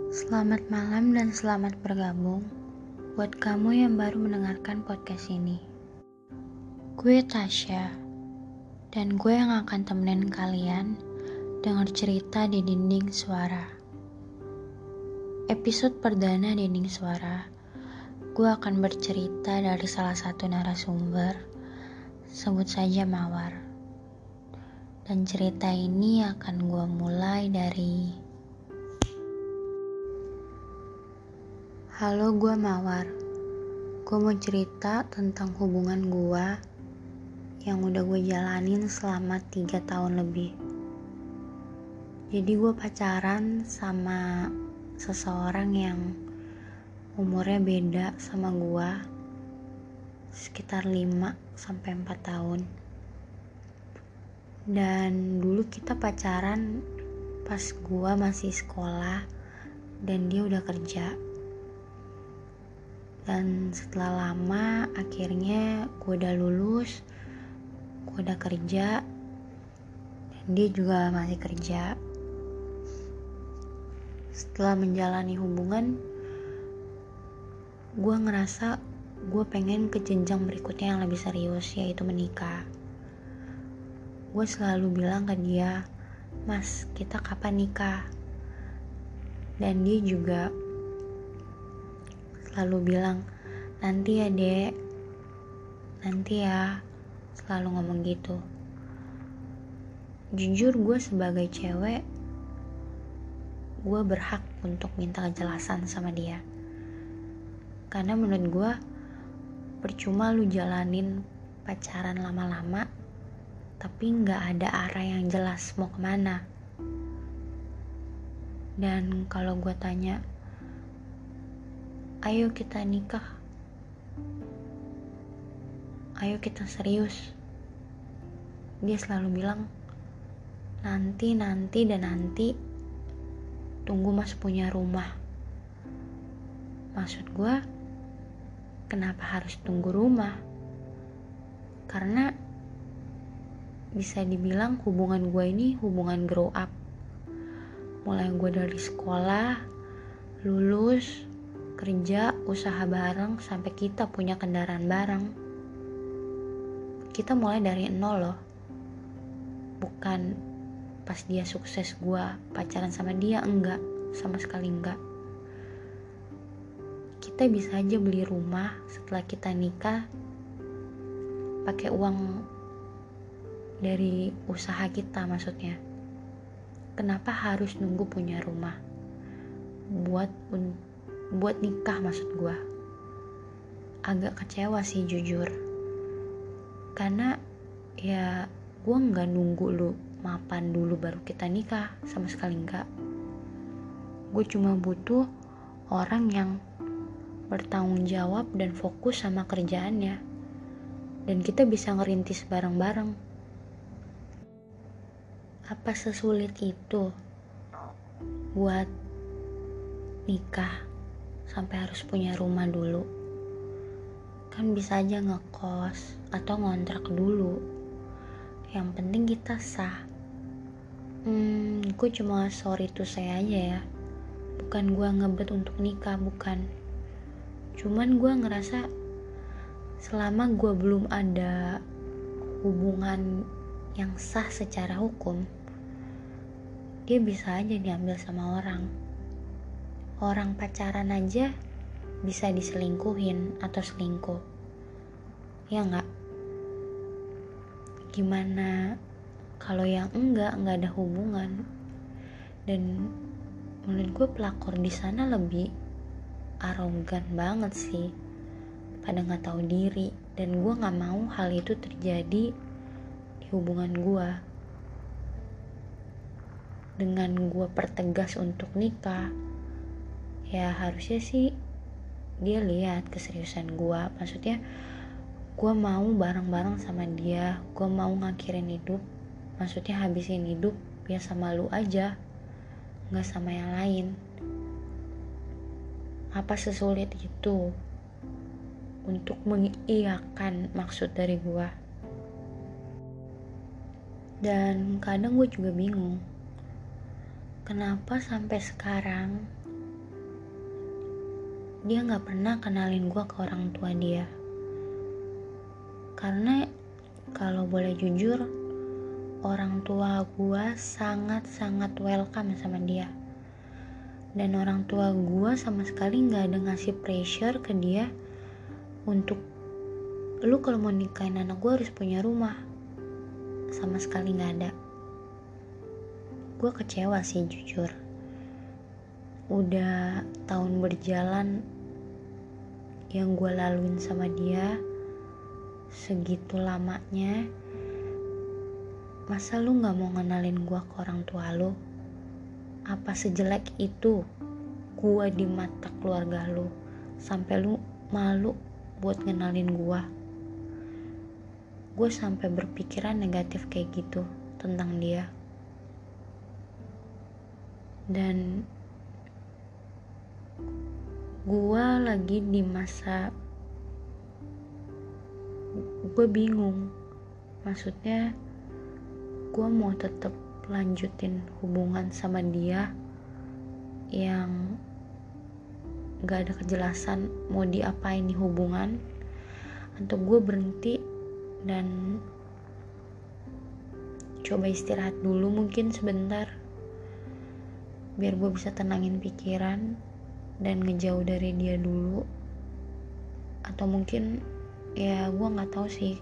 Selamat malam dan selamat bergabung buat kamu yang baru mendengarkan podcast ini. Gue Tasya, dan gue yang akan temenin kalian dengar cerita di Dinding Suara. Episode perdana Dinding Suara, gue akan bercerita dari salah satu narasumber, sebut saja Mawar. Dan cerita ini akan gue mulai dari Halo, gue Mawar. Gue mau cerita tentang hubungan gue yang udah gue jalanin selama 3 tahun lebih. Jadi gue pacaran sama seseorang yang umurnya beda sama gue sekitar 5-4 tahun. Dan dulu kita pacaran pas gue masih sekolah dan dia udah kerja. Dan setelah lama akhirnya gue udah lulus, gue udah kerja, dan dia juga masih kerja. Setelah menjalani hubungan, gue ngerasa gue pengen ke jenjang berikutnya yang lebih serius, yaitu menikah. Gue selalu bilang ke dia, "Mas, kita kapan nikah?" Dan dia juga selalu bilang, "Nanti ya dek, nanti ya," selalu ngomong gitu. Jujur gue sebagai cewek, gue berhak untuk minta kejelasan sama dia. Karena menurut gue, percuma lu jalanin pacaran lama-lama, tapi gak ada arah yang jelas mau kemana. Dan kalau gue tanya, "Ayo kita nikah, ayo kita serius," dia selalu bilang, nanti dan nanti, tunggu mas punya rumah." Maksud gue, kenapa harus tunggu rumah? Karena bisa dibilang hubungan gue ini hubungan grow up. Mulai gue dari sekolah, lulus, kerja, usaha bareng, sampai kita punya kendaraan bareng. Kita mulai dari nol loh. Bukan pas dia sukses gue pacaran sama dia, enggak, sama sekali enggak. Kita bisa aja beli rumah setelah kita nikah pakai uang dari usaha kita, maksudnya. Kenapa harus nunggu punya rumah buat nikah, maksud gue? Agak kecewa sih jujur. Karena ya gue nggak nunggu lu mapan dulu baru kita nikah, sama sekali enggak. Gue cuma butuh orang yang bertanggung jawab dan fokus sama kerjaannya, dan kita bisa ngerintis bareng-bareng. Apa sesulit itu buat nikah sampai harus punya rumah dulu? Kan bisa aja ngekos atau ngontrak dulu. Yang penting kita sah. Gue cuma sorry to say aja ya, bukan gue ngebet untuk nikah, bukan. Cuman gue ngerasa selama gue belum ada hubungan yang sah secara hukum, dia bisa aja diambil sama orang. Orang pacaran aja bisa diselingkuhin atau selingkuh, ya nggak? Gimana kalau yang enggak ada hubungan? Dan menurut gue pelakor di sana lebih arogan banget sih, pada nggak tahu diri. Dan gue nggak mau hal itu terjadi di hubungan gue. Dengan gue pertegas untuk nikah, ya harusnya sih dia lihat keseriusan gue. Maksudnya gue mau bareng-bareng sama dia, gue mau ngakhirin hidup, maksudnya habisin hidup ya sama lu aja, gak sama yang lain. Apa sesulit itu untuk mengiyakan maksud dari gue? Dan kadang gue juga bingung, kenapa sampai sekarang dia gak pernah kenalin gue ke orang tua dia. Karena kalau boleh jujur, orang tua gue sangat-sangat welcome sama dia. Dan orang tua gue sama sekali gak ada ngasih pressure ke dia untuk lu kalau mau nikahin anak gue harus punya rumah. Sama sekali gak ada. Gue kecewa sih jujur. Udah tahun berjalan yang gue laluin sama dia, segitu lamanya, masa lu gak mau ngenalin gue ke orang tua lu? Apa sejelek itu gue di mata keluarga lu sampai lu malu buat ngenalin gue? Gue sampai berpikiran negatif kayak gitu tentang dia. Dan gue lagi di masa gue bingung. Maksudnya gue mau tetap lanjutin hubungan sama dia yang gak ada kejelasan mau diapain nih hubungan, atau gue berhenti dan coba istirahat dulu mungkin sebentar biar gue bisa tenangin pikiran dan ngejauh dari dia dulu. Atau mungkin ya gue gak tahu sih.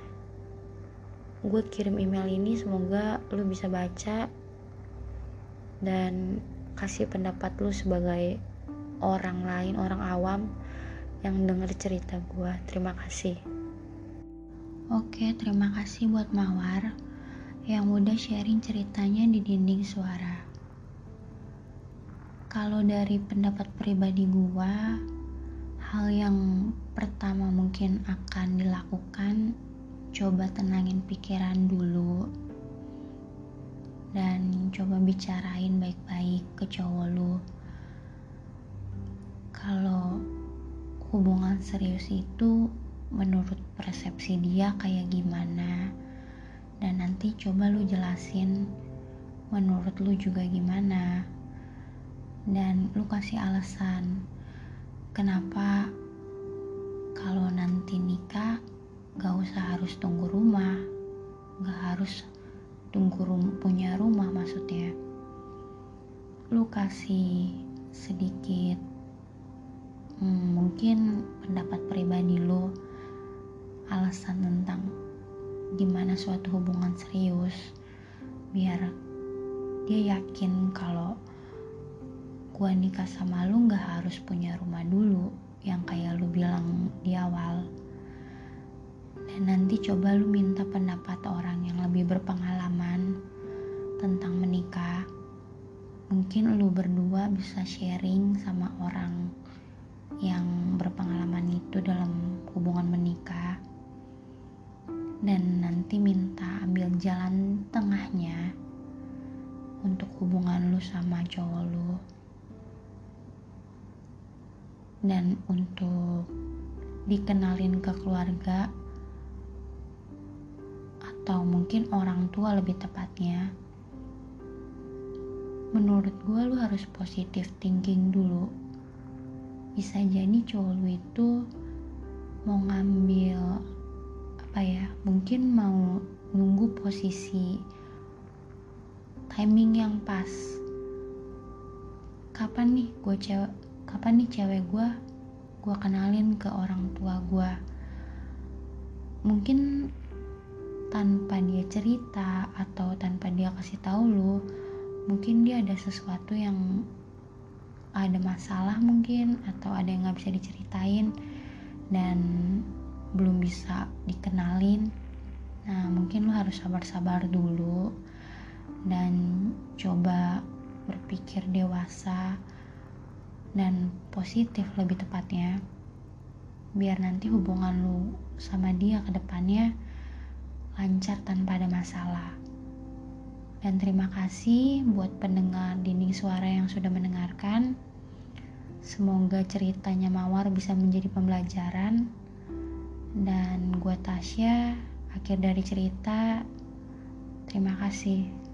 Gue kirim email ini, semoga lu bisa baca dan kasih pendapat lu sebagai orang lain, orang awam yang denger cerita gue. Terima kasih. Oke, terima kasih buat Mawar yang udah sharing ceritanya di Dinding Suara. Kalau dari pendapat pribadi gue, hal yang pertama mungkin akan dilakukan, coba tenangin pikiran dulu dan coba bicarain baik-baik ke cowok lu. Kalau hubungan serius itu menurut persepsi dia kayak gimana, dan nanti coba lu jelasin menurut lu juga gimana, dan lu kasih alasan kenapa kalau nanti nikah gak usah harus tunggu rumah, gak harus tunggu punya rumah. Maksudnya lu kasih sedikit mungkin pendapat pribadi lu, alasan tentang gimana suatu hubungan serius, biar dia yakin kalau gua nikah sama lu gak harus punya rumah dulu yang kayak lu bilang di awal. Dan nanti coba lu minta pendapat orang yang lebih berpengalaman tentang menikah. Mungkin lu berdua bisa sharing sama orang yang berpengalaman itu dalam hubungan menikah. Dan nanti minta ambil jalan tengahnya untuk hubungan lu sama cowok lu. Dan untuk dikenalin ke keluarga atau mungkin orang tua lebih tepatnya, menurut gue lu harus positive thinking dulu. Bisa jadi cowok lu itu mau ngambil mungkin mau nunggu posisi timing yang pas. Kapan nih cewek gue kenalin ke orang tua gue. Mungkin tanpa dia cerita atau tanpa dia kasih tahu lu, mungkin dia ada sesuatu yang ada masalah mungkin, atau ada yang nggak bisa diceritain dan belum bisa dikenalin. Nah mungkin lu harus sabar-sabar dulu dan coba berpikir dewasa dan positif lebih tepatnya, biar nanti hubungan lu sama dia ke depannya lancar tanpa ada masalah. Dan terima kasih buat pendengar Dinding Suara yang sudah mendengarkan. Semoga ceritanya Mawar bisa menjadi pembelajaran. Dan gue Tasya, akhir dari cerita. Terima kasih.